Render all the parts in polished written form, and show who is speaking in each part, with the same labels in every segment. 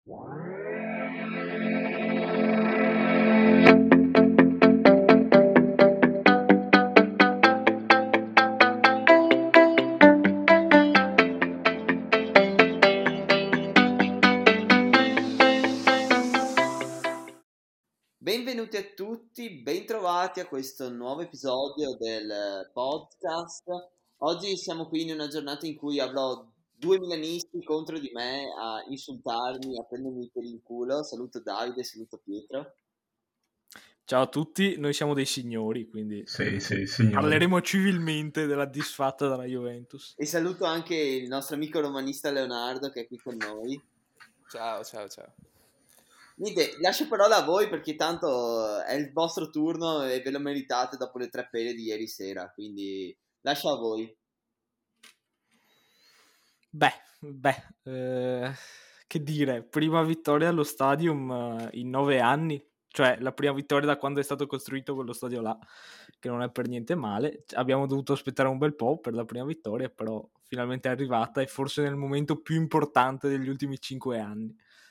Speaker 1: Benvenuti a tutti, bentrovati a questo nuovo episodio del podcast. Oggi siamo qui in una giornata in cui avrò due milanisti contro di me a insultarmi, a prendermi per il culo. Saluto Davide, saluto Pietro.
Speaker 2: Ciao a tutti, noi siamo dei signori, quindi
Speaker 3: Sì, signori.
Speaker 2: parleremo civilmente della disfatta della Juventus.
Speaker 1: E saluto anche il nostro amico romanista Leonardo che è qui con noi.
Speaker 4: Ciao.
Speaker 1: Niente, lascio parola a voi perché tanto è il vostro turno e ve lo meritate dopo le 3 pere di ieri sera, quindi lascio a voi.
Speaker 2: Che dire, prima vittoria allo Stadium in 9 anni, cioè la prima vittoria da quando è stato costruito quello stadio là, che non è per niente male. Abbiamo dovuto aspettare un bel po' per la prima vittoria, però finalmente è arrivata e forse nel momento più importante degli ultimi 5 anni.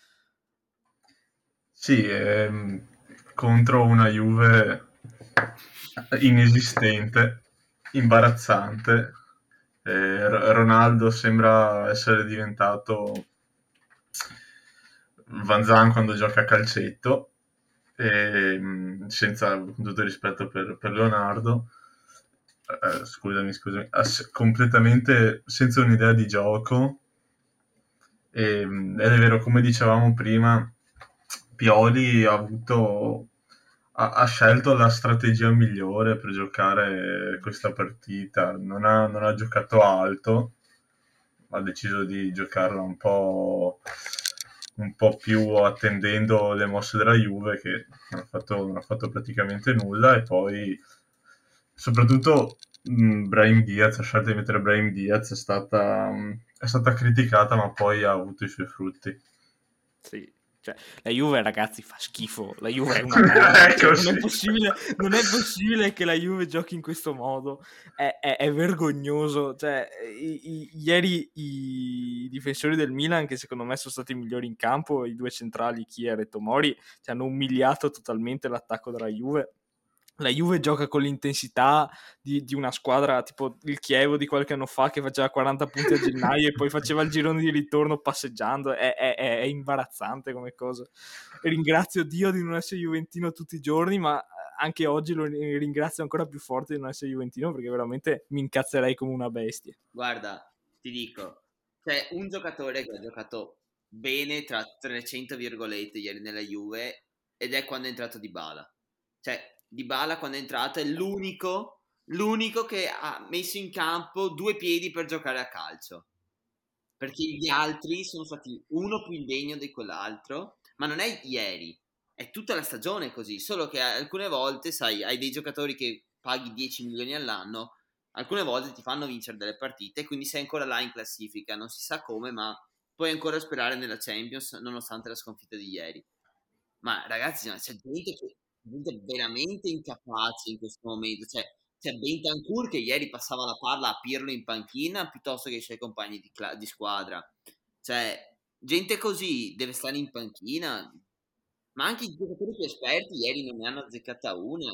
Speaker 3: Sì, contro una Juve inesistente, imbarazzante. Ronaldo sembra essere diventato Van Zan quando gioca a calcetto, senza tutto il rispetto per Leonardo. Scusami, completamente senza un'idea di gioco. Ed è vero, come dicevamo prima, Pioli ha scelto la strategia migliore per giocare questa partita. Non ha giocato alto, ha deciso di giocarla un po' più attendendo le mosse della Juve, che non ha fatto praticamente nulla. E poi soprattutto Brahim Diaz, la scelta di mettere Brahim Diaz è stata criticata, ma poi ha avuto i suoi frutti.
Speaker 2: Sì, cioè, la Juve, ragazzi, fa schifo. La Juve è una merda.
Speaker 3: Ecco,
Speaker 2: Cioè, non è
Speaker 3: sì.
Speaker 2: possibile che la Juve giochi in questo modo. È vergognoso. Cioè, ieri i difensori del Milan, che secondo me sono stati i migliori in campo, i due centrali, Kier e Tomori, ci hanno umiliato totalmente l'attacco della Juve. La Juve gioca con l'intensità di una squadra tipo il Chievo di qualche anno fa che faceva 40 punti a gennaio e poi faceva il girone di ritorno passeggiando. È imbarazzante come cosa. Ringrazio Dio di non essere juventino tutti i giorni, ma anche oggi lo ringrazio ancora più forte di non essere juventino, perché veramente mi incazzerei come una bestia.
Speaker 1: Guarda, ti dico, c'è un giocatore che ha giocato bene tra 300 virgolette ieri nella Juve ed è quando è entrato Dybala. Cioè, Dybala quando è entrato è l'unico che ha messo in campo 2 piedi per giocare a calcio. Perché gli altri sono stati uno più indegno di quell'altro, ma non è ieri, è tutta la stagione così, solo che alcune volte, sai, hai dei giocatori che paghi 10 milioni all'anno, alcune volte ti fanno vincere delle partite, quindi sei ancora là in classifica, non si sa come, ma puoi ancora sperare nella Champions nonostante la sconfitta di ieri. Ma ragazzi, c'è gente veramente incapace in questo momento, cioè c'è Bentancur che ieri passava la palla a Pirlo in panchina piuttosto che ai suoi compagni di squadra, cioè gente così deve stare in panchina, ma anche i giocatori più esperti ieri non ne hanno azzeccata una.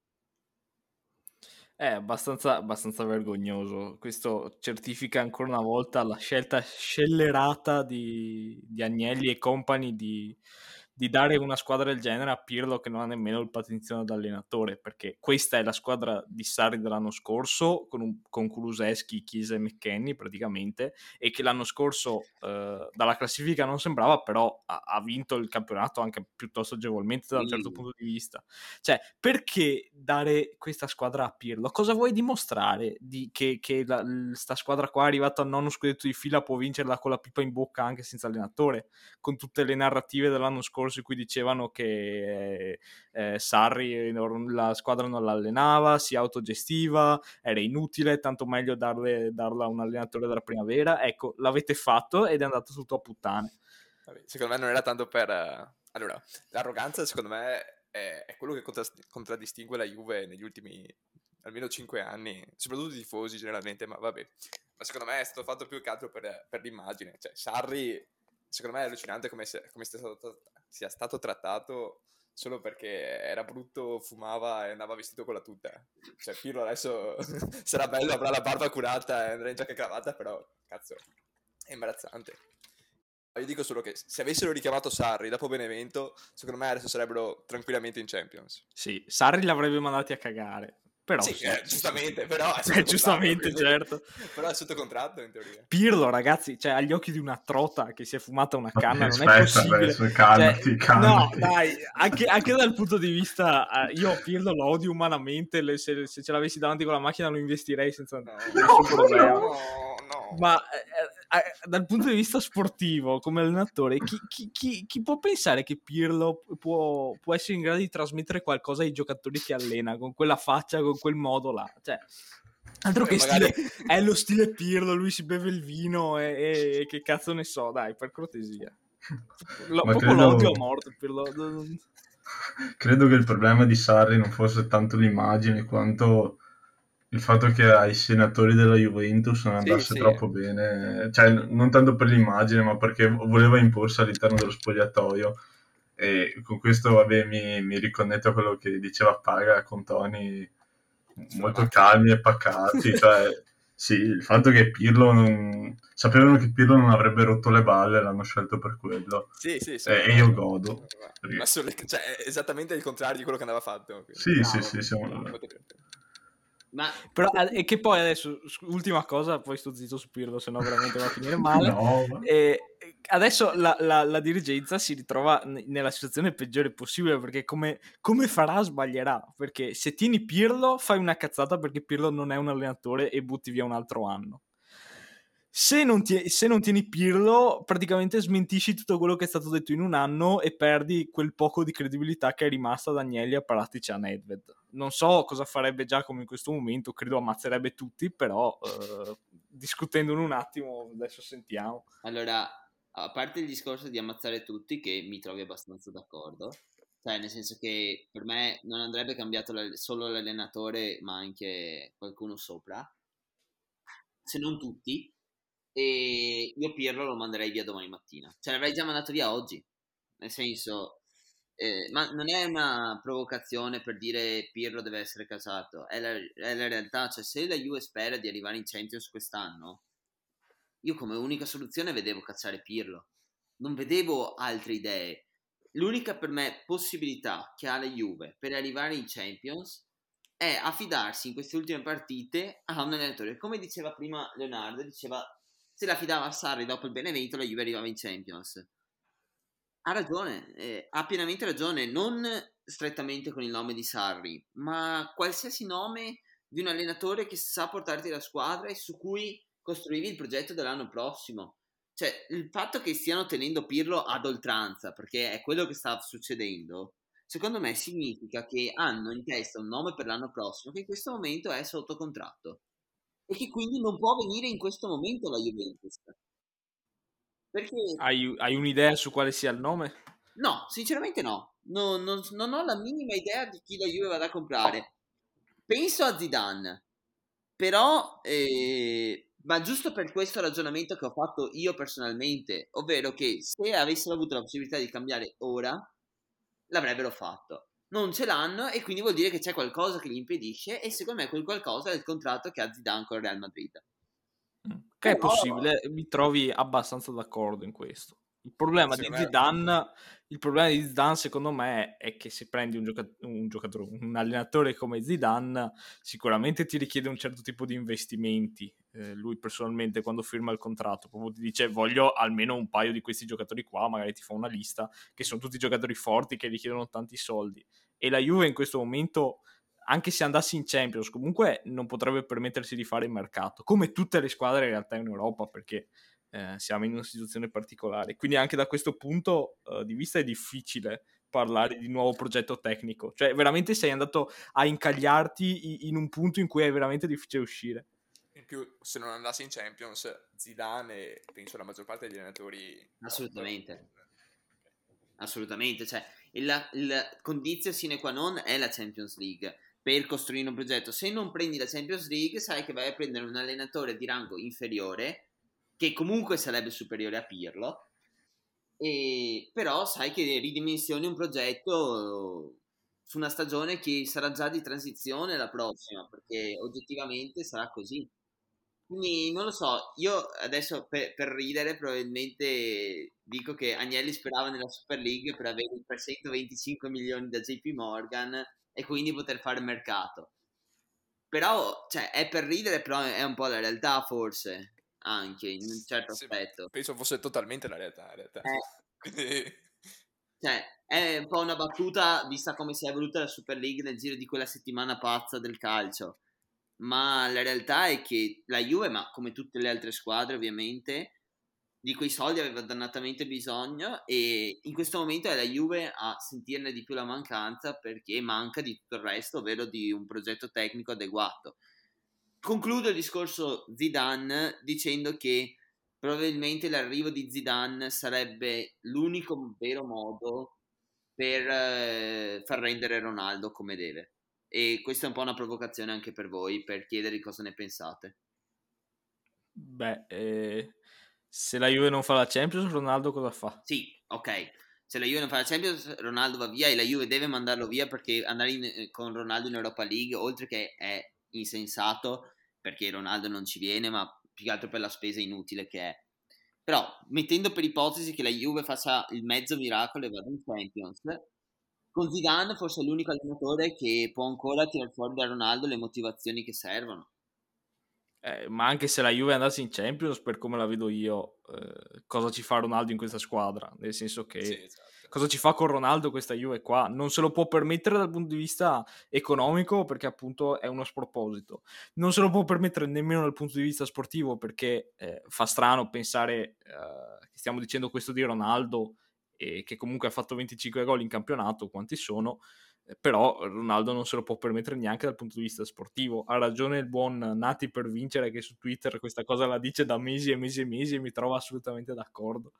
Speaker 2: È abbastanza vergognoso. Questo certifica ancora una volta la scelta scellerata di Agnelli e compagni di dare una squadra del genere a Pirlo, che non ha nemmeno il patenzionato da allenatore, perché questa è la squadra di Sarri dell'anno scorso, con Kulusevski, Chiesa e McKennie praticamente, e che l'anno scorso dalla classifica non sembrava, però ha vinto il campionato anche piuttosto agevolmente da un certo punto di vista. Cioè, perché dare questa squadra a Pirlo? Cosa vuoi dimostrare che sta squadra qua è arrivata al 9° scudetto di fila, può vincerla con la pipa in bocca anche senza allenatore, con tutte le narrative dell'anno scorso in cui dicevano che Sarri la squadra non l'allenava, si autogestiva, era inutile, tanto meglio darla a un allenatore della primavera. Ecco, l'avete fatto ed è andato tutto a puttane.
Speaker 4: Vabbè, secondo me non era tanto per... Allora, l'arroganza secondo me è quello che contraddistingue la Juve negli ultimi almeno 5 anni, soprattutto i tifosi generalmente, ma vabbè. Ma secondo me è stato fatto più che altro per l'immagine. Cioè, Sarri secondo me è allucinante come sia stato trattato solo perché era brutto, fumava e andava vestito con la tuta. Cioè Pirlo adesso sarà bello, avrà la barba curata e andrà in giacca e cravatta, però cazzo, è imbarazzante. Io dico solo che se avessero richiamato Sarri dopo Benevento, secondo me adesso sarebbero tranquillamente in Champions.
Speaker 2: Sì, Sarri l'avrebbe mandati a cagare. Però
Speaker 4: Sì,
Speaker 2: sì,
Speaker 4: giustamente, però è sotto
Speaker 2: giustamente,
Speaker 4: contratto,
Speaker 2: certo.
Speaker 4: Però è sotto contratto in teoria.
Speaker 2: Pirlo, ragazzi, cioè agli occhi di una trota che si è fumata una canna, non è
Speaker 3: Aspetta,
Speaker 2: possibile.
Speaker 3: adesso, calmati,
Speaker 2: Cioè, no,
Speaker 3: calmati.
Speaker 2: dai, anche dal punto di vista, io Pirlo lo odio umanamente, se ce l'avessi davanti con la macchina lo investirei senza nessun problema.
Speaker 4: No.
Speaker 2: Ma dal punto di vista sportivo, come allenatore, chi può pensare che Pirlo può essere in grado di trasmettere qualcosa ai giocatori che allena, con quella faccia, con quel modo là? Cioè, altro che
Speaker 4: magari...
Speaker 2: stile, è lo stile Pirlo, lui si beve il vino e che cazzo ne so, dai, per cortesia. Proprio l'odio a morte Pirlo.
Speaker 3: Credo che il problema di Sarri non fosse tanto l'immagine quanto il fatto che ai senatori della Juventus non andasse troppo bene, cioè non tanto per l'immagine ma perché voleva imporsi all'interno dello spogliatoio, e con questo vabbè mi riconnetto a quello che diceva Paga con toni molto calmi e pacati, cioè sì, il fatto che Pirlo sapevano che Pirlo non avrebbe rotto le balle, l'hanno scelto per quello.
Speaker 4: Sì,
Speaker 3: e io godo.
Speaker 4: Ma cioè, è esattamente il contrario di quello che andava fatto.
Speaker 3: Sì, siamo...
Speaker 2: Però e che poi adesso, ultima cosa, poi sto zitto su Pirlo, se no veramente va a finire male.
Speaker 3: No,
Speaker 2: adesso la dirigenza si ritrova nella situazione peggiore possibile, perché come farà sbaglierà, perché se tieni Pirlo fai una cazzata perché Pirlo non è un allenatore e butti via un altro anno. Se non tieni Pirlo, praticamente smentisci tutto quello che è stato detto in un anno e perdi quel poco di credibilità che è rimasta ad Agnelli, a Paratici e a Nedved. Non so cosa farebbe Giacomo in questo momento, credo ammazzerebbe tutti, però discutendone un attimo, adesso sentiamo.
Speaker 1: Allora, a parte il discorso di ammazzare tutti, che mi trovi abbastanza d'accordo, cioè nel senso che per me non andrebbe cambiato solo l'allenatore, ma anche qualcuno sopra, se non tutti, e io Pirlo lo manderei via domani mattina, cioè l'avrei già mandato via oggi, nel senso, ma non è una provocazione per dire Pirlo deve essere casato, è la realtà, cioè se la Juve spera di arrivare in Champions quest'anno, io come unica soluzione vedevo cacciare Pirlo, non vedevo altre idee. L'unica per me possibilità che ha la Juve per arrivare in Champions è affidarsi in queste ultime partite a un allenatore. Come diceva prima Leonardo, diceva se la affidava a Sarri dopo il Benevento la Juve arrivava in Champions. Ha ragione, ha pienamente ragione, non strettamente con il nome di Sarri, ma qualsiasi nome di un allenatore che sa portarti la squadra e su cui costruivi il progetto dell'anno prossimo. Cioè, il fatto che stiano tenendo Pirlo ad oltranza, perché è quello che sta succedendo, secondo me significa che hanno in testa un nome per l'anno prossimo che in questo momento è sotto contratto e che quindi non può venire in questo momento la Juventus. Perché...
Speaker 2: Hai un'idea su quale sia il nome?
Speaker 1: No, sinceramente no. Non ho la minima idea di chi la Juve vada a comprare. Penso a Zidane, però ma giusto per questo ragionamento che ho fatto io personalmente, ovvero che se avessero avuto la possibilità di cambiare ora, l'avrebbero fatto. Non ce l'hanno e quindi vuol dire che c'è qualcosa che gli impedisce, e secondo me quel qualcosa è il contratto che ha Zidane con il Real Madrid.
Speaker 2: Che è possibile, mi trovi abbastanza d'accordo in questo. Il problema di Zidane secondo me è che se prendi un allenatore come Zidane sicuramente ti richiede un certo tipo di investimenti. Lui personalmente quando firma il contratto proprio ti dice voglio almeno un paio di questi giocatori qua, magari ti fa una lista che sono tutti giocatori forti che richiedono tanti soldi, e la Juve in questo momento, anche se andassi in Champions, comunque non potrebbe permettersi di fare il mercato, come tutte le squadre in realtà in Europa, perché siamo in una situazione particolare. Quindi anche da questo punto di vista è difficile parlare di nuovo progetto tecnico. Cioè veramente sei andato a incagliarti in un punto in cui è veramente difficile uscire.
Speaker 4: In più, se non andassi in Champions, Zidane e penso la maggior parte degli allenatori...
Speaker 1: Assolutamente, cioè il condizio sine qua non è la Champions League per costruire un progetto. Se non prendi la Champions League sai che vai a prendere un allenatore di rango inferiore, che comunque sarebbe superiore a Pirlo, Però sai che ridimensioni un progetto su una stagione che sarà già di transizione la prossima, perché oggettivamente sarà così. Quindi non lo so, io adesso per ridere probabilmente dico che Agnelli sperava nella Super League per avere i 325 milioni da JP Morgan e quindi poter fare mercato. Però, cioè, è per ridere, però è un po' la realtà forse, anche in un certo
Speaker 4: Sì,
Speaker 1: aspetto.
Speaker 4: penso fosse totalmente la realtà, in realtà. Quindi,
Speaker 1: Cioè, è un po' una battuta vista come si è evoluta la Super League nel giro di quella settimana pazza del calcio. Ma la realtà è che la Juve, ma come tutte le altre squadre ovviamente, di quei soldi aveva dannatamente bisogno e in questo momento è la Juve a sentirne di più la mancanza perché manca di tutto il resto, ovvero di un progetto tecnico adeguato. Concludo il discorso Zidane dicendo che probabilmente l'arrivo di Zidane sarebbe l'unico vero modo per far rendere Ronaldo come deve. E questa è un po' una provocazione anche per voi, per chiedere cosa ne pensate.
Speaker 2: Beh, se la Juve non fa la Champions, Ronaldo cosa fa?
Speaker 1: Sì, ok. Se la Juve non fa la Champions, Ronaldo va via e la Juve deve mandarlo via perché andare con Ronaldo in Europa League, oltre che è insensato, perché Ronaldo non ci viene, ma più che altro per la spesa inutile che è. Però, mettendo per ipotesi che la Juve faccia il mezzo miracolo e vada in Champions, con Zidane forse è l'unico allenatore che può ancora tirare fuori da Ronaldo le motivazioni che servono.
Speaker 2: Ma anche se la Juve andasse in Champions, per come la vedo io, cosa ci fa Ronaldo in questa squadra? Nel senso che
Speaker 4: sì, esatto.
Speaker 2: cosa ci fa con Ronaldo questa Juve qua? Non se lo può permettere dal punto di vista economico perché appunto è uno sproposito. Non se lo può permettere nemmeno dal punto di vista sportivo perché fa strano pensare che stiamo dicendo questo di Ronaldo e che comunque ha fatto 25 gol in campionato, quanti sono? Però Ronaldo non se lo può permettere neanche dal punto di vista sportivo. Ha ragione il buon Nati per vincere che su Twitter questa cosa la dice da mesi e mesi e mesi e mi trovo assolutamente d'accordo.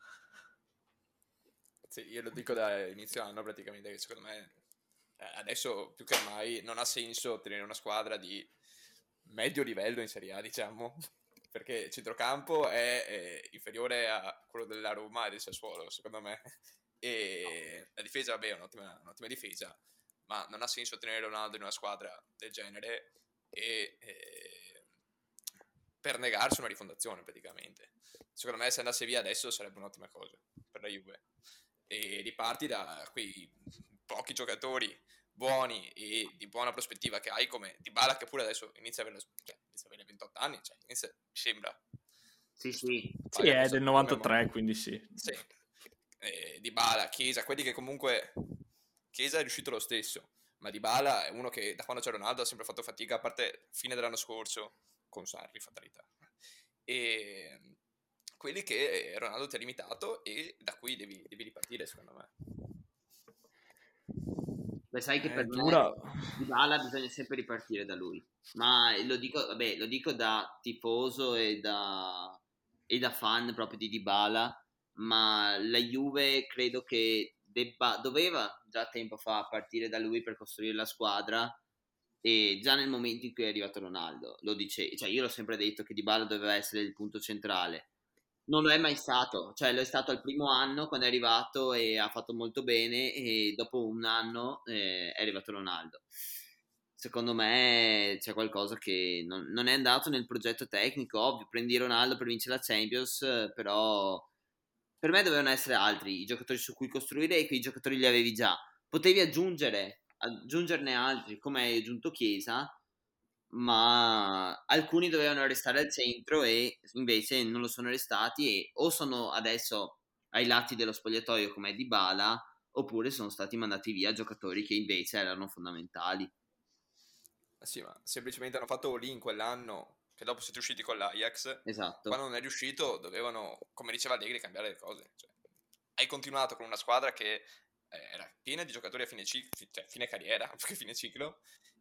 Speaker 4: Sì, io lo dico da inizio anno praticamente che secondo me adesso più che mai non ha senso tenere una squadra di medio livello in Serie A, diciamo, perché il centrocampo è inferiore a quello della Roma e del Sassuolo, secondo me. E la difesa, vabbè, è un'ottima difesa, ma non ha senso tenere Ronaldo in una squadra del genere e per negarsi una rifondazione praticamente. Secondo me se andasse via adesso sarebbe un'ottima cosa per la Juve e riparti da quei pochi giocatori buoni e di buona prospettiva che hai come Dybala che pure adesso inizia a avere 28 anni, cioè inizia, mi sembra.
Speaker 1: Sì, sì.
Speaker 2: Sì, è del 93, quindi sì.
Speaker 4: Sì. Dybala, Chiesa, quelli che comunque Chiesa è riuscito lo stesso, ma Dybala è uno che da quando c'è Ronaldo ha sempre fatto fatica, a parte fine dell'anno scorso con Sarri, fatalità. E quelli che Ronaldo ti ha limitato e da cui devi ripartire, secondo me.
Speaker 1: Beh, sai che per me
Speaker 2: Dura.
Speaker 1: Dybala bisogna sempre ripartire da lui. Ma lo dico, vabbè, lo dico da tifoso e da fan proprio di Dybala, ma la Juve credo che doveva già tempo fa partire da lui per costruire la squadra e già nel momento in cui è arrivato Ronaldo lo dice, cioè io l'ho sempre detto che Dybala doveva essere il punto centrale. Non lo è mai stato, cioè lo è stato al primo anno quando è arrivato e ha fatto molto bene e dopo un anno è arrivato Ronaldo. Secondo me c'è qualcosa che non è andato nel progetto tecnico, ovvio, prendi Ronaldo per vincere la Champions, però per me dovevano essere altri i giocatori su cui costruire e quei giocatori li avevi già. Potevi aggiungerne altri, come hai aggiunto Chiesa, ma alcuni dovevano restare al centro e invece non lo sono restati e o sono adesso ai lati dello spogliatoio come Dybala oppure sono stati mandati via giocatori che invece erano fondamentali.
Speaker 4: Sì, ma semplicemente hanno fatto lì in quell'anno che dopo siete usciti con l'Ajax.
Speaker 1: Esatto.
Speaker 4: Quando non è riuscito dovevano, come diceva Allegri, cambiare le cose. Cioè, hai continuato con una squadra che era piena di giocatori a fine carriera, più che fine ciclo,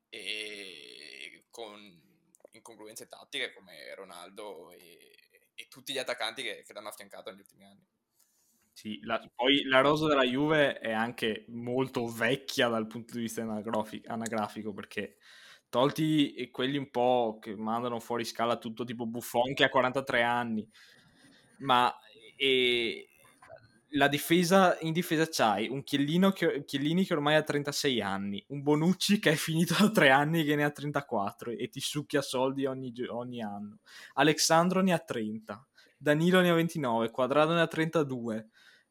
Speaker 4: e con incongruenze tattiche come Ronaldo e tutti gli attaccanti che l'hanno affiancato negli ultimi anni.
Speaker 2: Sì, poi la rosa della Juve è anche molto vecchia dal punto di vista anagrafico perché tolti quelli un po' che mandano fuori scala tutto tipo Buffon che ha 43 anni, ma in difesa c'hai un Chiellini che ormai ha 36 anni, un Bonucci che è finito da 3 anni che ne ha 34 e ti succhia soldi ogni anno. Alexandro ne ha 30, Danilo ne ha 29, Quadrado ne ha 32,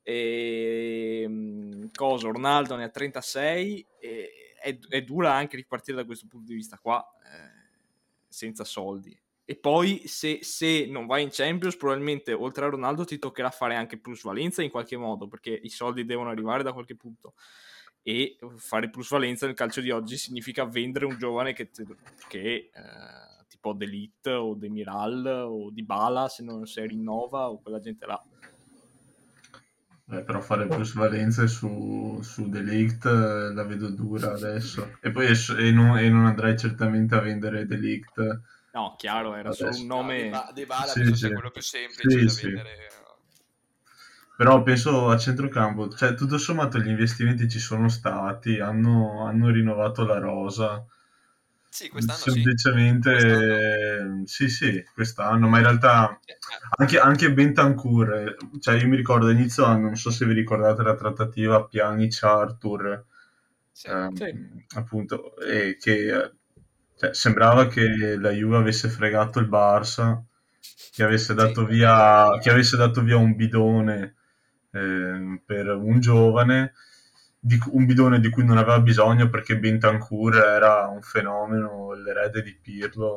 Speaker 2: Ronaldo ne ha 36 e è dura anche ripartire da questo punto di vista qua, senza soldi. E poi se non vai in Champions, probabilmente oltre a Ronaldo ti toccherà fare anche plusvalenza in qualche modo, perché i soldi devono arrivare da qualche punto, e fare plusvalenza nel calcio di oggi significa vendere un giovane che tipo De Ligt o Demiral o Dybala, se rinnova, o quella gente là.
Speaker 3: Però fare plusvalenze su De Ligt la vedo dura adesso. E poi non andrai certamente a vendere De Ligt.
Speaker 2: No, chiaro, era solo un nome.
Speaker 4: Dybala
Speaker 3: Sì,
Speaker 4: penso
Speaker 3: sì.
Speaker 4: sia quello più semplice da
Speaker 3: Sì.
Speaker 4: vendere.
Speaker 3: Però penso a centrocampo, cioè tutto sommato gli investimenti ci sono stati, hanno rinnovato la rosa.
Speaker 4: Sì, quest'anno
Speaker 3: Semplicemente sì, quest'anno, ma in realtà anche Bentancur, cioè io mi ricordo all'inizio anno, non so se vi ricordate la trattativa Pjanic-Arthur,
Speaker 4: Sì.
Speaker 3: appunto, e che cioè, sembrava che la Juve avesse fregato il Barça, che avesse dato via un bidone per un giovane, un bidone di cui non aveva bisogno perché Bentancur era un fenomeno, l'erede di Pirlo,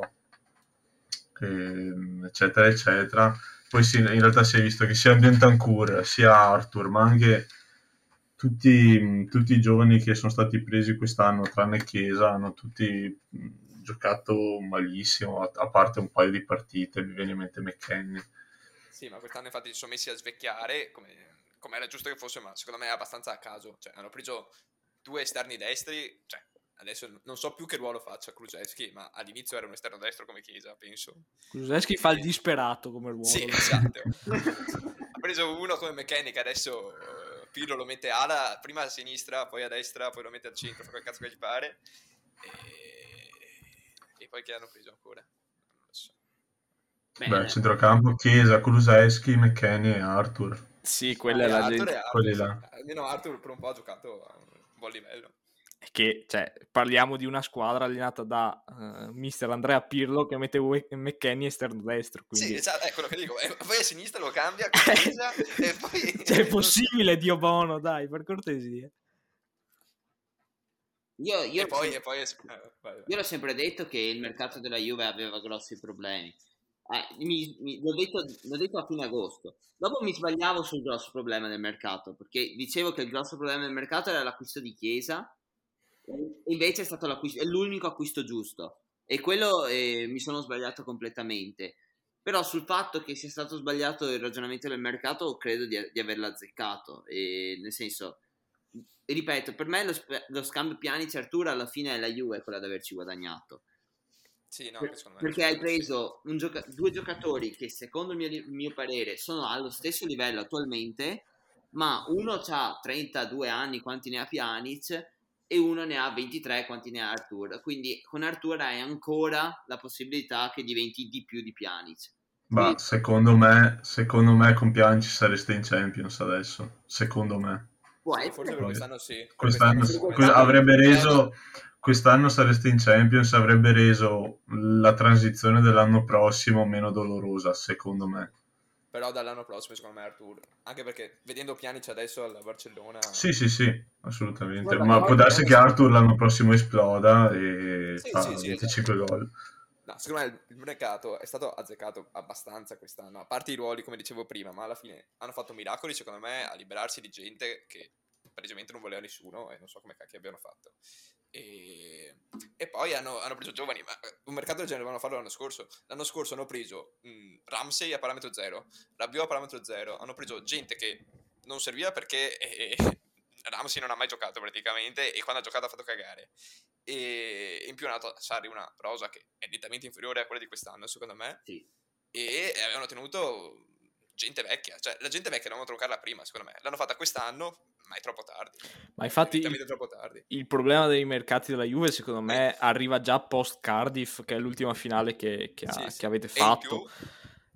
Speaker 3: eccetera eccetera. Poi in realtà si è visto che sia Bentancur sia Arthur, ma anche tutti i giovani che sono stati presi quest'anno, tranne Chiesa, hanno tutti giocato malissimo, a parte un paio di partite, mi viene in mente McKennie.
Speaker 4: Sì, ma quest'anno infatti si sono messi a svecchiare, come era giusto che fosse, ma secondo me è abbastanza a caso. Cioè, hanno preso 2 esterni destri, cioè, adesso non so più che ruolo faccia Kulusevski, ma all'inizio era un esterno destro come Chiesa, penso.
Speaker 2: Kulusevski fa il disperato come ruolo.
Speaker 4: Sì, esatto. Ha preso uno come McKennie che adesso Pirlo lo mette ala, prima a sinistra, poi a destra, poi lo mette al centro, fa quel cazzo che gli pare. E poi che hanno preso ancora? Non lo so.
Speaker 3: Beh, centrocampo Chiesa, Kulusevski, McKennie e Arthur.
Speaker 2: Sì, quella è la gente.
Speaker 3: Quelli là.
Speaker 4: Almeno Arthur per un po' ha giocato a un buon livello.
Speaker 2: Che, cioè, parliamo di una squadra allenata da mister Andrea Pirlo che mette McKennie esterno destro, quindi...
Speaker 4: Sì, esatto, è quello che dico. Poi a sinistra lo cambia con Chiesa e poi...
Speaker 2: Cioè, è possibile, Dio buono, dai, per cortesia.
Speaker 1: Io
Speaker 4: vai.
Speaker 1: l'ho sempre detto che il mercato della Juve aveva grossi problemi. L'ho detto a fine agosto. Dopo mi sbagliavo sul grosso problema del mercato, perché dicevo che il grosso problema del mercato era l'acquisto di Chiesa, e invece è stato è l'unico acquisto giusto, e quello mi sono sbagliato completamente. Però sul fatto che sia stato sbagliato il ragionamento del mercato credo di averlo azzeccato, e nel senso, ripeto, per me lo scambio Pjanic-Arthur alla fine è la Juve quella ad averci guadagnato.
Speaker 4: Sì, no,
Speaker 1: Perché hai preso due giocatori che secondo il mio parere sono allo stesso livello attualmente, ma uno ha 32 anni quanti ne ha Pjanic e uno ne ha 23 quanti ne ha Arthur, quindi con Arthur hai ancora la possibilità che diventi di più di Pjanic.
Speaker 3: Ma secondo me con Pjanic sareste in Champions adesso, secondo me.
Speaker 4: Sì, forse per quest'anno sì.
Speaker 3: Quest'anno sareste in Champions, avrebbe reso la transizione dell'anno prossimo meno dolorosa, secondo me.
Speaker 4: Però dall'anno prossimo secondo me Arthur, anche perché vedendo Pjanic adesso al Barcellona...
Speaker 3: Sì, assolutamente. Ma può darsi che Arthur l'anno prossimo esploda e fa 25 gol.
Speaker 4: No, secondo me il mercato è stato azzeccato abbastanza quest'anno, a parte i ruoli come dicevo prima, ma alla fine hanno fatto miracoli secondo me a liberarsi di gente che praticamente non voleva nessuno e non so come cacchio abbiano fatto. E poi hanno preso giovani, ma un mercato del genere dovevano farlo l'anno scorso. L'anno scorso hanno preso Ramsey a parametro zero, Rabiot a parametro zero, hanno preso gente che non serviva perché Ramsey non ha mai giocato praticamente e quando ha giocato ha fatto cagare. E in più hanno dato a Sarri una rosa che è nettamente inferiore a quella di quest'anno secondo me.
Speaker 1: Sì.
Speaker 4: E avevano tenuto gente vecchia, cioè la gente vecchia dovevano troccarla prima secondo me, l'hanno fatta quest'anno ma è troppo tardi.
Speaker 2: Ma infatti
Speaker 4: troppo tardi.
Speaker 2: Il problema dei mercati della Juve secondo me arriva già post Cardiff, che è l'ultima finale che avete fatto,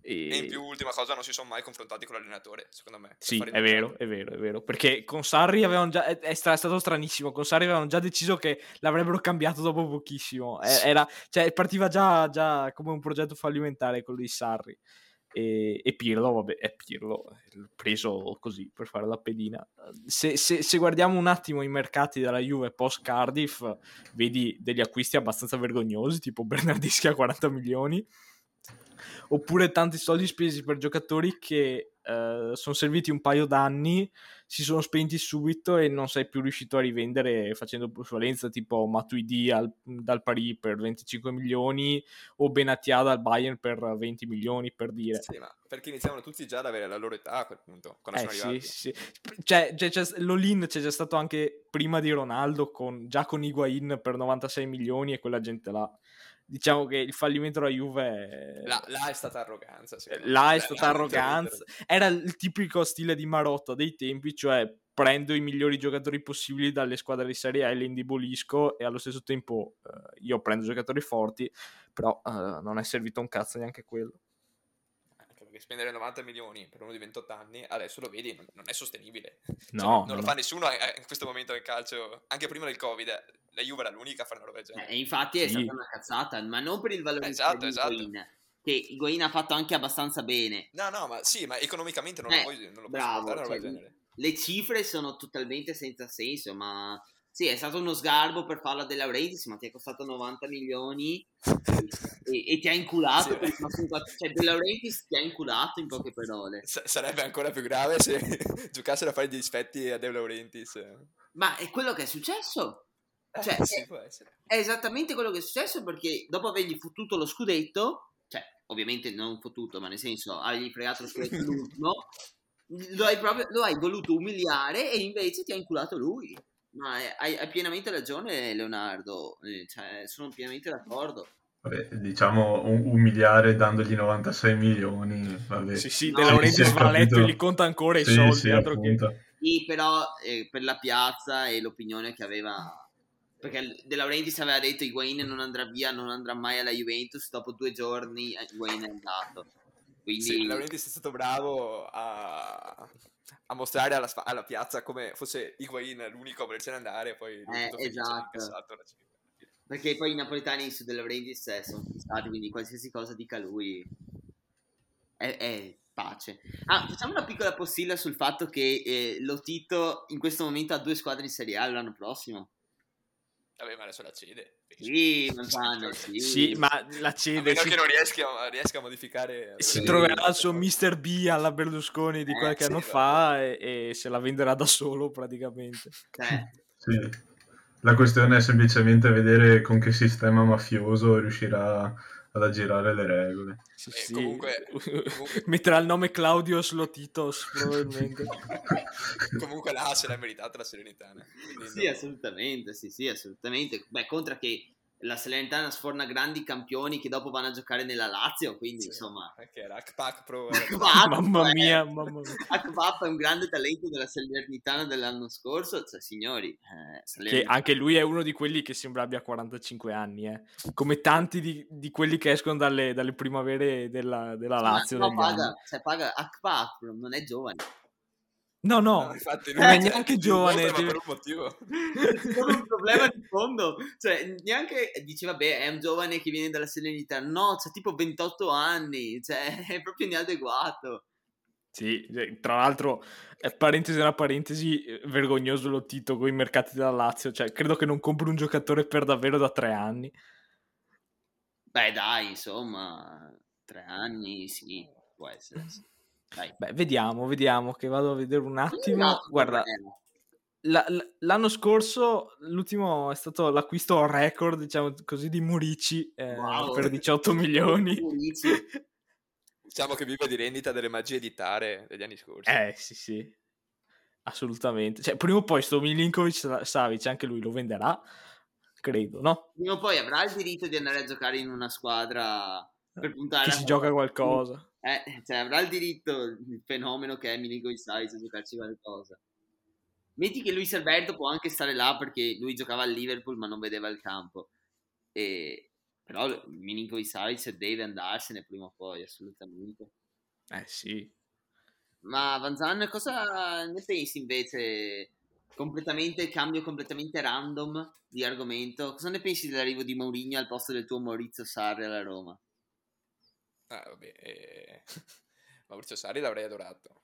Speaker 4: E in più, ultima cosa, non si sono mai confrontati con l'allenatore, secondo me. per
Speaker 2: Sì,
Speaker 4: fare
Speaker 2: è
Speaker 4: risultati.
Speaker 2: vero, è vero, perché con Sarri avevano già, è stato stranissimo, con Sarri avevano già deciso che l'avrebbero cambiato dopo pochissimo, cioè partiva già come un progetto fallimentare quello di Sarri, e Pirlo, vabbè, è Pirlo, preso così per fare la pedina. Se guardiamo un attimo i mercati della Juve post Cardiff, vedi degli acquisti abbastanza vergognosi, tipo Bernardeschi a 40 milioni, oppure tanti soldi spesi per giocatori che sono serviti un paio d'anni, si sono spenti subito e non sei più riuscito a rivendere facendo plusvalenza, tipo Matuidi dal Paris per 25 milioni o Benatia dal Bayern per 20 milioni, per dire.
Speaker 4: Sì, ma perché iniziavano tutti già ad avere la loro età a quel punto, quando sono
Speaker 2: Sì,
Speaker 4: arrivati.
Speaker 2: sì. Cioè, l'Olin c'è già stato anche prima di Ronaldo, già con Higuain per 96 milioni e quella gente là. Diciamo che il fallimento della Juve
Speaker 4: Là è stata arroganza, secondo
Speaker 2: là
Speaker 4: me.
Speaker 2: è stata arroganza. Era il tipico stile di Marotta dei tempi, cioè prendo i migliori giocatori possibili dalle squadre di Serie A e li indebolisco, e allo stesso tempo io prendo giocatori forti, però non è servito un cazzo neanche quello.
Speaker 4: Anche perché spendere 90 milioni per uno di 28 anni, adesso lo vedi, non è sostenibile.
Speaker 2: No,
Speaker 4: non lo fa nessuno in questo momento del calcio. Anche prima del Covid, la Juve era l'unica a fare una roba del genere.
Speaker 1: E infatti è
Speaker 2: Sì.
Speaker 1: stata una cazzata, ma non per il valore
Speaker 4: Esatto,
Speaker 1: di
Speaker 4: esatto.
Speaker 1: Higuain, che Higuain ha fatto anche abbastanza bene.
Speaker 4: No, ma sì, ma economicamente non lo puoi
Speaker 1: bravo,
Speaker 4: supportare una roba
Speaker 1: cioè,
Speaker 4: del genere.
Speaker 1: le cifre sono totalmente senza senso, ma sì, è stato uno sgarbo per farla De Laurentiis, ma ti è costato 90 milioni e ti ha inculato.
Speaker 4: Sì.
Speaker 1: Per il prossimo cioè, De Laurentiis ti ha inculato, in poche parole.
Speaker 4: Sarebbe ancora più grave se giocassero a fare gli dispetti a De Laurentiis.
Speaker 1: Ma è quello che è successo. Cioè,
Speaker 4: sì, può essere.
Speaker 1: È esattamente quello che è successo, perché dopo avergli fottuto lo scudetto, cioè ovviamente non fottuto, ma nel senso avergli fregato lo scudetto l'ultimo, lo hai voluto umiliare e invece ti ha inculato lui. Ma hai pienamente ragione, Leonardo, cioè, sono pienamente d'accordo.
Speaker 3: Vabbè, diciamo umiliare dandogli 96 milioni, vabbè.
Speaker 2: Sì,
Speaker 1: No,
Speaker 2: De Laurentiis
Speaker 3: sì,
Speaker 2: va a letto
Speaker 3: capito.
Speaker 2: e gli conta ancora i
Speaker 3: Sì,
Speaker 2: soldi,
Speaker 3: sì,
Speaker 2: altro che...
Speaker 3: appunto.
Speaker 1: Sì, però per la piazza e l'opinione che aveva, perché De Laurentiis aveva detto Higuain non andrà via, non andrà mai alla Juventus, dopo 2 giorni Higuain è andato. Quindi
Speaker 4: Sì, De Laurentiis è stato bravo a mostrare alla piazza come fosse Higuain l'unico a volersene andare, poi lui tutto felice
Speaker 1: esatto.
Speaker 4: incassato la cifra.
Speaker 1: Perché poi i napoletani su De Laurentiis sono fissati, quindi qualsiasi cosa dica lui è pace. Facciamo una piccola postilla sul fatto che Lotito in questo momento ha 2 squadre in Serie A l'anno prossimo.
Speaker 4: Vabbè, ma adesso la cede.
Speaker 1: Sì, Montana, sì.
Speaker 2: Sì, ma la
Speaker 4: A
Speaker 2: cede.
Speaker 4: meno che non riesca a modificare.
Speaker 2: Si
Speaker 3: Sì.
Speaker 2: troverà il suo Mr. B alla Berlusconi di qualche
Speaker 4: sì,
Speaker 2: anno fa e se la venderà da solo praticamente.
Speaker 3: Sì. La questione è semplicemente vedere con che sistema mafioso riuscirà ad aggirare le regole.
Speaker 2: Sì.
Speaker 4: Comunque...
Speaker 2: Metterà il nome Claudios Lotitos probabilmente.
Speaker 4: Comunque là se l'ha meritata la Salernitana.
Speaker 1: Sì, assolutamente, sì, assolutamente. Beh, contra che la Salernitana sforna grandi campioni che dopo vanno a giocare nella Lazio, quindi
Speaker 4: sì,
Speaker 1: insomma...
Speaker 4: Che era Akpak Pro.
Speaker 2: Mamma mia.
Speaker 1: Akbap è un grande talento della Salernitana dell'anno scorso, cioè signori...
Speaker 2: Che anche lui è uno di quelli che sembra abbia 45 anni, come tanti di quelli che escono dalle primavere della Lazio.
Speaker 1: No, paga Akbap, non è giovane.
Speaker 2: No,
Speaker 4: infatti
Speaker 2: non è neanche giovane.
Speaker 4: Ma per un motivo.
Speaker 1: C'è solo un problema di fondo. Cioè, neanche dice, vabbè, è un giovane che viene dalla Serenità. No, c'ha tipo 28 anni. Cioè, è proprio inadeguato.
Speaker 2: Sì, tra l'altro, parentesi una parentesi, vergognoso Lotito con i mercati della Lazio. Cioè, credo che non compri un giocatore per davvero da 3 anni.
Speaker 1: Beh, dai, insomma, 3 anni, sì, può essere, sì. Dai.
Speaker 2: Beh, vediamo che vado a vedere un attimo. Guarda,
Speaker 1: problema.
Speaker 2: l'anno scorso l'ultimo è stato l'acquisto record, diciamo così, di Murici per 18 milioni.
Speaker 4: Diciamo che vive di rendita delle magie di Tare degli anni scorsi.
Speaker 2: Sì, assolutamente. Cioè, prima o poi sto Milinkovic-Savic anche lui lo venderà, credo, no?
Speaker 1: Prima o poi avrà il diritto di andare a giocare in una squadra per puntare
Speaker 2: che si gioca qualcosa.
Speaker 1: Cioè, avrà il diritto, il fenomeno che è Milinkovic-Savic, a giocarci qualcosa. Metti che Luis Alberto può anche stare là perché lui giocava al Liverpool ma non vedeva il campo. Però Milinkovic-Savic deve andarsene prima o poi, assolutamente.
Speaker 2: Sì.
Speaker 1: Ma Vanzan, cosa ne pensi invece? Cambio completamente random di argomento. Cosa ne pensi dell'arrivo di Mourinho al posto del tuo Maurizio Sarri alla Roma?
Speaker 4: Vabbè, Maurizio Sarri l'avrei adorato.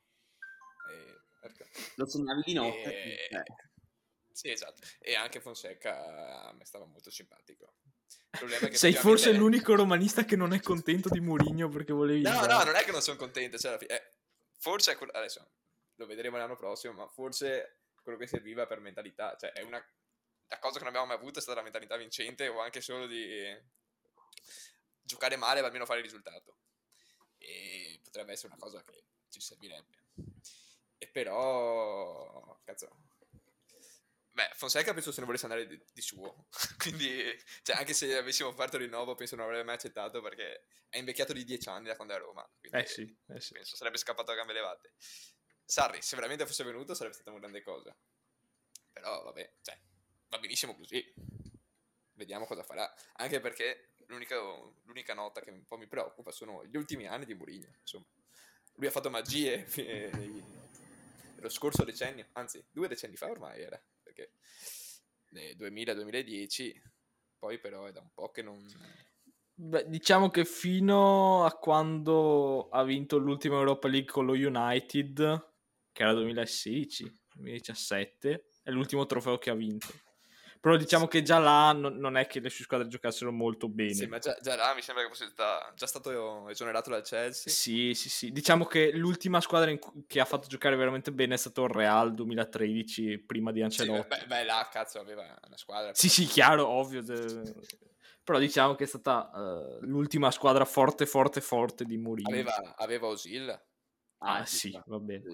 Speaker 1: Lo sognavi di notte?
Speaker 4: Sì, esatto. E anche Fonseca a me stava molto simpatico. Il problema è che
Speaker 2: Sei forse l'unico romanista che non è contento di Mourinho perché volevi...
Speaker 4: No, non è che non sono contento. Cioè, forse adesso lo vedremo l'anno prossimo, ma forse quello che serviva per mentalità. Cioè, la cosa che non abbiamo mai avuto è stata la mentalità vincente o anche solo di giocare male ma almeno fare il risultato. E potrebbe essere una cosa che ci servirebbe. E però, cazzo... Beh, Fonseca penso se ne volesse andare di suo, quindi cioè, anche se avessimo offerto il rinnovo penso non avrebbe mai accettato perché è invecchiato di 10 anni da quando è a Roma, quindi
Speaker 2: sì.
Speaker 4: Penso sarebbe scappato a gambe levate. Sarri, se veramente fosse venuto sarebbe stata una grande cosa, però vabbè, cioè, va benissimo così, vediamo cosa farà, anche perché l'unica nota che un po' mi preoccupa sono gli ultimi anni di Mourinho, insomma, lui ha fatto magie lo scorso decennio, anzi 2 decenni fa ormai era, perché nel 2000-2010, poi però è da un po' che non...
Speaker 2: Beh, diciamo che fino a quando ha vinto l'ultima Europa League con lo United, che era 2016-2017, è l'ultimo trofeo che ha vinto. Però diciamo che già là non è che le sue squadre giocassero molto bene.
Speaker 4: Sì, ma già là mi sembra che fosse già stato esonerato dal Chelsea.
Speaker 2: Sì. Diciamo che l'ultima squadra che ha fatto giocare veramente bene è stato il Real 2013, prima di Ancelotti.
Speaker 4: Sì, beh, là cazzo aveva una squadra.
Speaker 2: Sì, chiaro, ovvio. Però diciamo che è stata l'ultima squadra forte di Mourinho.
Speaker 4: Aveva Osil.
Speaker 2: Sì, va bene.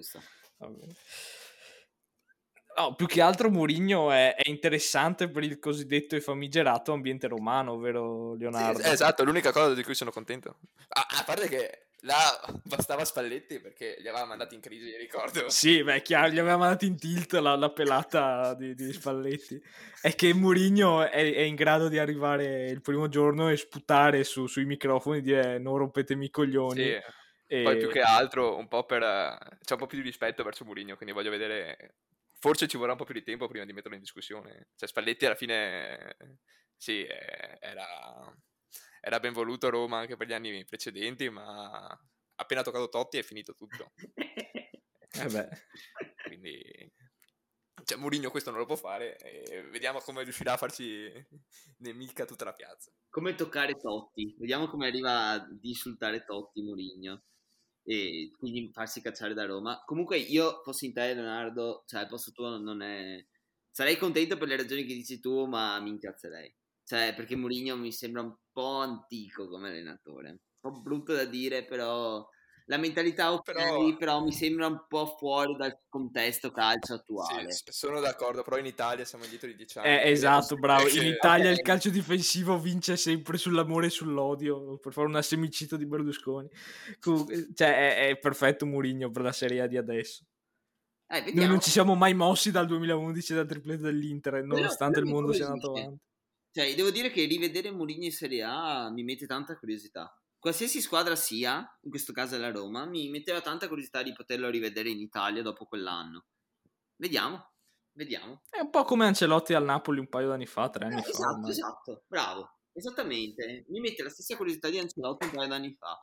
Speaker 2: No, più che altro Mourinho è interessante per il cosiddetto e famigerato ambiente romano, ovvero Leonardo.
Speaker 4: Sì, esatto, l'unica cosa di cui sono contento. A parte che là bastava Spalletti perché li aveva mandati in crisi, ricordo.
Speaker 2: Sì, beh, chiaro, gli aveva mandati in tilt la pelata di Spalletti. È che Mourinho è in grado di arrivare il primo giorno e sputare sui microfoni e dire non rompetemi i coglioni.
Speaker 4: Sì. Poi più che altro un po' c'è un po' più di rispetto verso Mourinho, quindi voglio vedere, forse ci vorrà un po' più di tempo prima di metterlo in discussione. Cioè Spalletti alla fine sì, era ben voluto a Roma anche per gli anni precedenti, ma appena toccato Totti è finito tutto. Quindi cioè Mourinho questo non lo può fare e vediamo come riuscirà a farci nemica tutta la piazza.
Speaker 1: Come toccare Totti, vediamo come arriva ad insultare Totti Mourinho e quindi farsi cacciare da Roma. Comunque io fossi in te, Leonardo, cioè al posto tuo non è... sarei contento per le ragioni che dici tu, ma mi incazzerei, cioè perché Mourinho mi sembra un po' antico come allenatore, un po' brutto da dire, però la mentalità ok, però mi sembra un po' fuori dal contesto calcio attuale.
Speaker 4: Sì, sono d'accordo, però in Italia siamo indietro di 10 anni.
Speaker 2: Esatto, bravo. In Italia il calcio difensivo vince sempre sull'amore e sull'odio, per fare una semicito di Berlusconi. Cioè è perfetto Mourinho per la Serie A di adesso. Noi non ci siamo mai mossi dal 2011 dal triplete dell'Inter, nonostante il mondo sia andato avanti.
Speaker 1: Cioè, devo dire che rivedere Mourinho in Serie A mi mette tanta curiosità. Qualsiasi squadra sia, in questo caso è la Roma, mi metteva tanta curiosità di poterlo rivedere in Italia dopo quell'anno. Vediamo.
Speaker 2: È un po' come Ancelotti al Napoli un paio d'anni fa, 3 anni fa.
Speaker 1: Esatto, bravo. Esattamente. Mi mette la stessa curiosità di Ancelotti un paio d'anni fa.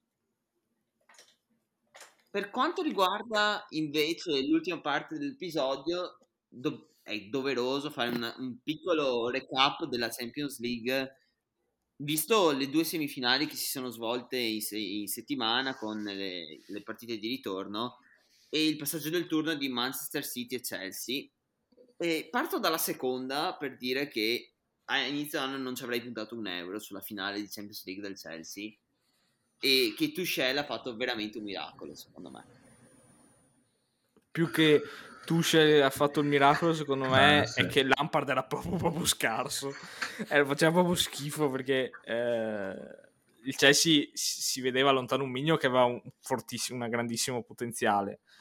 Speaker 1: Per quanto riguarda invece l'ultima parte dell'episodio, è doveroso fare un piccolo recap della Champions League, visto le 2 semifinali che si sono svolte in settimana con le partite di ritorno e il passaggio del turno di Manchester City e Chelsea. E parto dalla seconda per dire che a inizio anno non ci avrei puntato un euro sulla finale di Champions League del Chelsea e che Tuchel ha fatto veramente un miracolo, secondo me.
Speaker 2: Più che Tuchel ha fatto il miracolo, secondo me, sì. È che Lampard era proprio scarso. Faceva proprio schifo perché il Chelsea si vedeva lontano un miglio che aveva un grandissimo potenziale.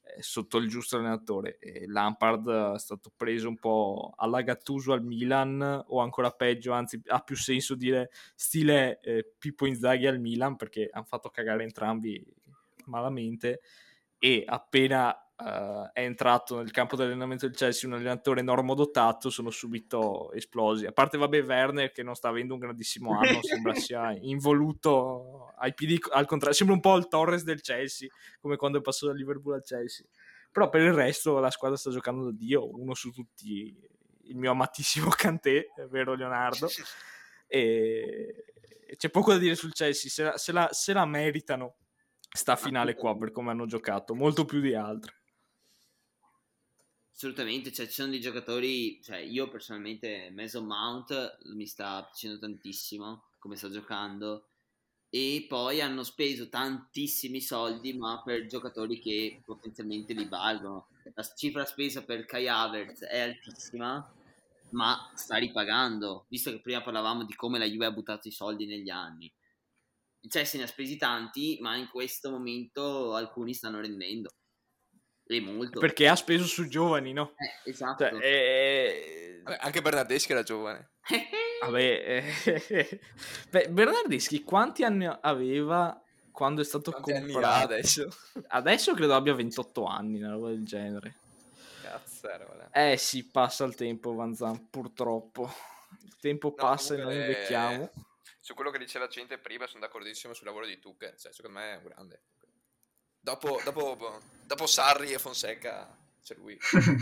Speaker 2: sotto il giusto allenatore. E Lampard è stato preso un po' alla Gattuso al Milan, o ancora peggio, anzi ha più senso dire stile Pippo Inzaghi al Milan, perché hanno fatto cagare entrambi malamente, e appena è entrato nel campo di allenamento del Chelsea un allenatore normodotato, sono subito esplosi. A parte vabbè Werner, che non sta avendo un grandissimo anno, sembra sia involuto ai piedi, al contrario, sembra un po' il Torres del Chelsea, come quando è passato dal Liverpool al Chelsea. Però per il resto la squadra sta giocando da Dio, uno su tutti il mio amatissimo Kanté, vero Leonardo? E c'è poco da dire sul Chelsea, se la meritano sta finale qua, per come hanno giocato, molto più di altre.
Speaker 1: Assolutamente, cioè ci sono dei giocatori, cioè io personalmente Mason Mount mi sta piacendo tantissimo come sta giocando, e poi hanno speso tantissimi soldi ma per giocatori che potenzialmente li valgono. La cifra spesa per Kai Havertz è altissima, ma sta ripagando, visto che prima parlavamo di come la Juve ha buttato i soldi negli anni. Cioè se ne ha spesi tanti, ma in questo momento alcuni stanno rendendo, e molto.
Speaker 2: Perché ha speso su giovani, no?
Speaker 1: Esatto.
Speaker 4: Vabbè, anche Bernardeschi era giovane.
Speaker 2: Vabbè, beh, Bernardeschi quanti anni aveva quando è stato
Speaker 4: Quanti anni
Speaker 2: comprato?
Speaker 4: ha adesso?
Speaker 2: Adesso credo abbia 28 anni, una roba del genere.
Speaker 4: Cazzaro,
Speaker 2: Sì, passa il tempo, Vanzan, purtroppo. Il tempo passa e noi invecchiamo.
Speaker 4: Su quello che dice la gente prima sono d'accordissimo sul lavoro di Tuchel, cioè secondo me è un grande. Dopo Sarri e Fonseca c'è lui.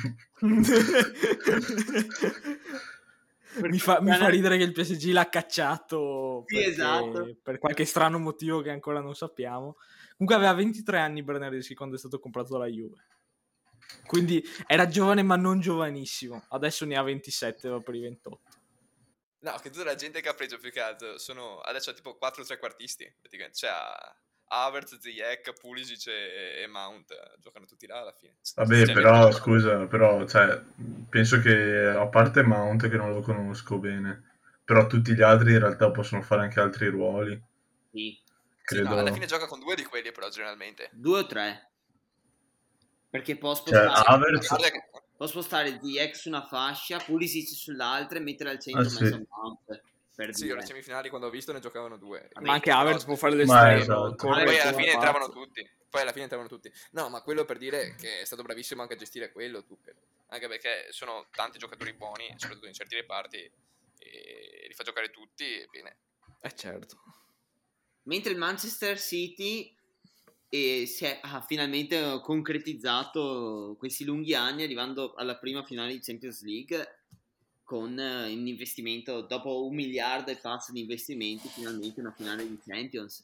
Speaker 2: mi fa ridere che il PSG l'ha cacciato
Speaker 1: esatto,
Speaker 2: per qualche strano motivo che ancora non sappiamo. Comunque aveva 23 anni Bernardeschi quando è stato comprato dalla Juve, quindi era giovane ma non giovanissimo. Adesso ne ha 27, va per i 28.
Speaker 4: No, che tutta la gente che ha preso più che altro sono adesso tipo 4 trequartisti praticamente. C'è Havertz, Ziyech, Pulisic e Mount, giocano tutti là alla fine.
Speaker 3: Vabbè,
Speaker 4: Cioè,
Speaker 3: però scusa, però cioè, penso che a parte Mount che non lo conosco bene, però tutti gli altri in realtà possono fare anche altri ruoli.
Speaker 1: sì.
Speaker 3: Credo.
Speaker 4: Sì, no, alla fine gioca con 2 di quelli però generalmente.
Speaker 1: 2 o 3. Perché può
Speaker 3: Cioè,
Speaker 1: spostare,
Speaker 3: Havertz.
Speaker 1: può spostare Ziyech su una fascia, Pulisic sull'altra e mettere al centro
Speaker 3: sì.
Speaker 1: Mason Mount. Per
Speaker 4: sì, alle semifinali quando ho visto ne giocavano 2.
Speaker 2: Ma anche
Speaker 4: Però,
Speaker 2: Havertz può fare
Speaker 3: Ma
Speaker 2: l'estremo,
Speaker 3: esatto.
Speaker 2: corre
Speaker 4: poi alla
Speaker 2: come
Speaker 4: fine
Speaker 2: pazzo.
Speaker 4: entravano tutti. No, ma quello per dire che è stato bravissimo anche a gestire quello Tuchel. Anche perché sono tanti giocatori buoni, soprattutto in certi reparti, e li fa giocare tutti e bene.
Speaker 2: Certo.
Speaker 1: Mentre il Manchester City ha finalmente concretizzato questi lunghi anni, arrivando alla prima finale di Champions League con un investimento, dopo 1 miliardo e passa di investimenti, finalmente una finale di Champions.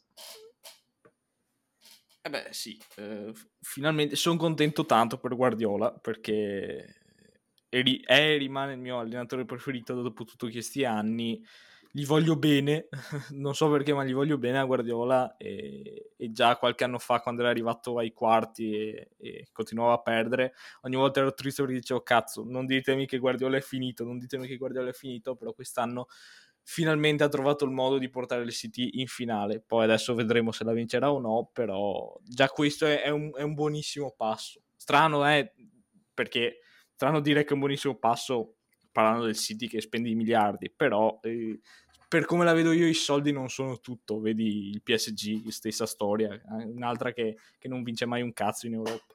Speaker 2: Beh sì, finalmente sono contento tanto per Guardiola, perché rimane il mio allenatore preferito dopo tutti questi anni. Gli voglio bene, non so perché, ma gli voglio bene a Guardiola, e già qualche anno fa, quando era arrivato ai quarti e continuava a perdere, ogni volta ero triste perché dicevo cazzo, non ditemi che Guardiola è finito, però quest'anno finalmente ha trovato il modo di portare il City in finale. Poi adesso vedremo se la vincerà o no, però già questo è un buonissimo passo. Strano perché strano dire che è un buonissimo passo parlando del City che spende i miliardi, però per come la vedo io i soldi non sono tutto. Vedi il PSG, stessa storia, un'altra che non vince mai un cazzo in Europa.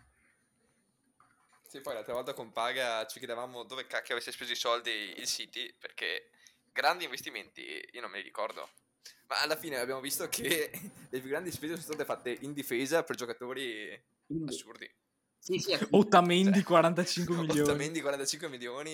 Speaker 4: Sì, poi l'altra volta con Paga ci chiedevamo dove cacchio avesse speso i soldi il City, perché grandi investimenti io non me li ricordo. Ma alla fine abbiamo visto che le più grandi spese sono state fatte in difesa per giocatori assurdi.
Speaker 1: Sì,
Speaker 2: Otamendi 45 milioni.
Speaker 4: Otamendi 45 milioni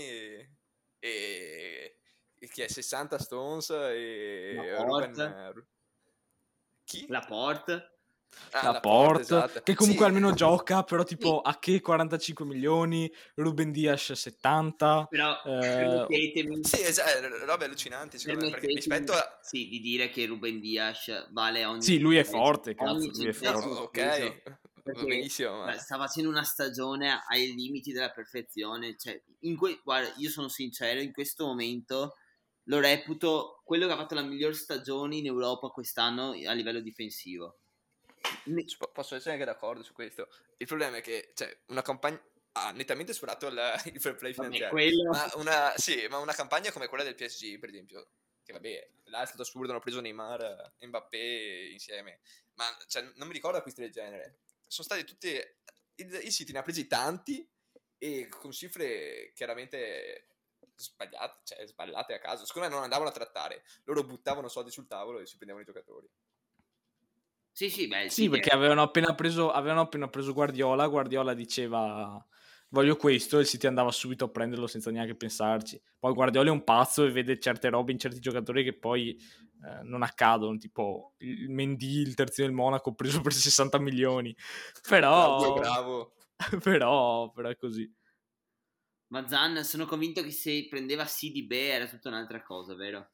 Speaker 4: e chi è 60 Stones e Ruben. Chi?
Speaker 1: Laporte.
Speaker 2: Laporte,
Speaker 4: esatto.
Speaker 2: che comunque
Speaker 4: Sì.
Speaker 2: almeno gioca, però tipo a che 45 milioni, Ruben Dias 70.
Speaker 1: Però permettetemi,
Speaker 4: sì, robe allucinanti secondo me, perché rispetto a
Speaker 1: sì, di dire che Ruben Dias vale ogni...
Speaker 2: Sì, lui è forte, cazzo, lui è forte.
Speaker 4: Ok, benissimo.
Speaker 1: Sta facendo una stagione ai limiti della perfezione. Cioè, guarda, io sono sincero, in questo momento lo reputo quello che ha fatto la miglior stagione in Europa quest'anno a livello difensivo.
Speaker 4: Posso essere anche d'accordo su questo. Il problema è che una campagna ha nettamente superato il fair play finanziario.
Speaker 1: Quello...
Speaker 4: Ma una campagna come quella del PSG, per esempio, che vabbè, là è stato assurdo, hanno preso Neymar e Mbappé insieme, ma non mi ricordo acquisti del genere. Sono stati tutti... Il City ne ha presi tanti e con cifre chiaramente sbagliate, sballate a caso. Secondo me non andavano a trattare, loro buttavano soldi sul tavolo e si prendevano i giocatori.
Speaker 1: Sì, beh,
Speaker 2: sì, perché avevano appena preso Guardiola diceva voglio questo, e il City andava subito a prenderlo senza neanche pensarci. Poi Guardiola è un pazzo e vede certe robe in certi giocatori che poi non accadono, tipo il Mendy, il terzino del Monaco, preso per 60 milioni. Però
Speaker 4: bravo.
Speaker 2: però è così.
Speaker 1: Ma Zan, sono convinto che se prendeva CDB era tutta un'altra cosa, vero?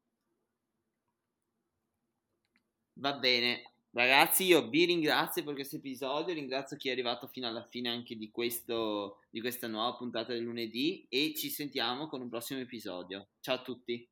Speaker 1: Va bene. Ragazzi, io vi ringrazio per questo episodio, ringrazio chi è arrivato fino alla fine anche di questa nuova puntata del lunedì e ci sentiamo con un prossimo episodio. Ciao a tutti.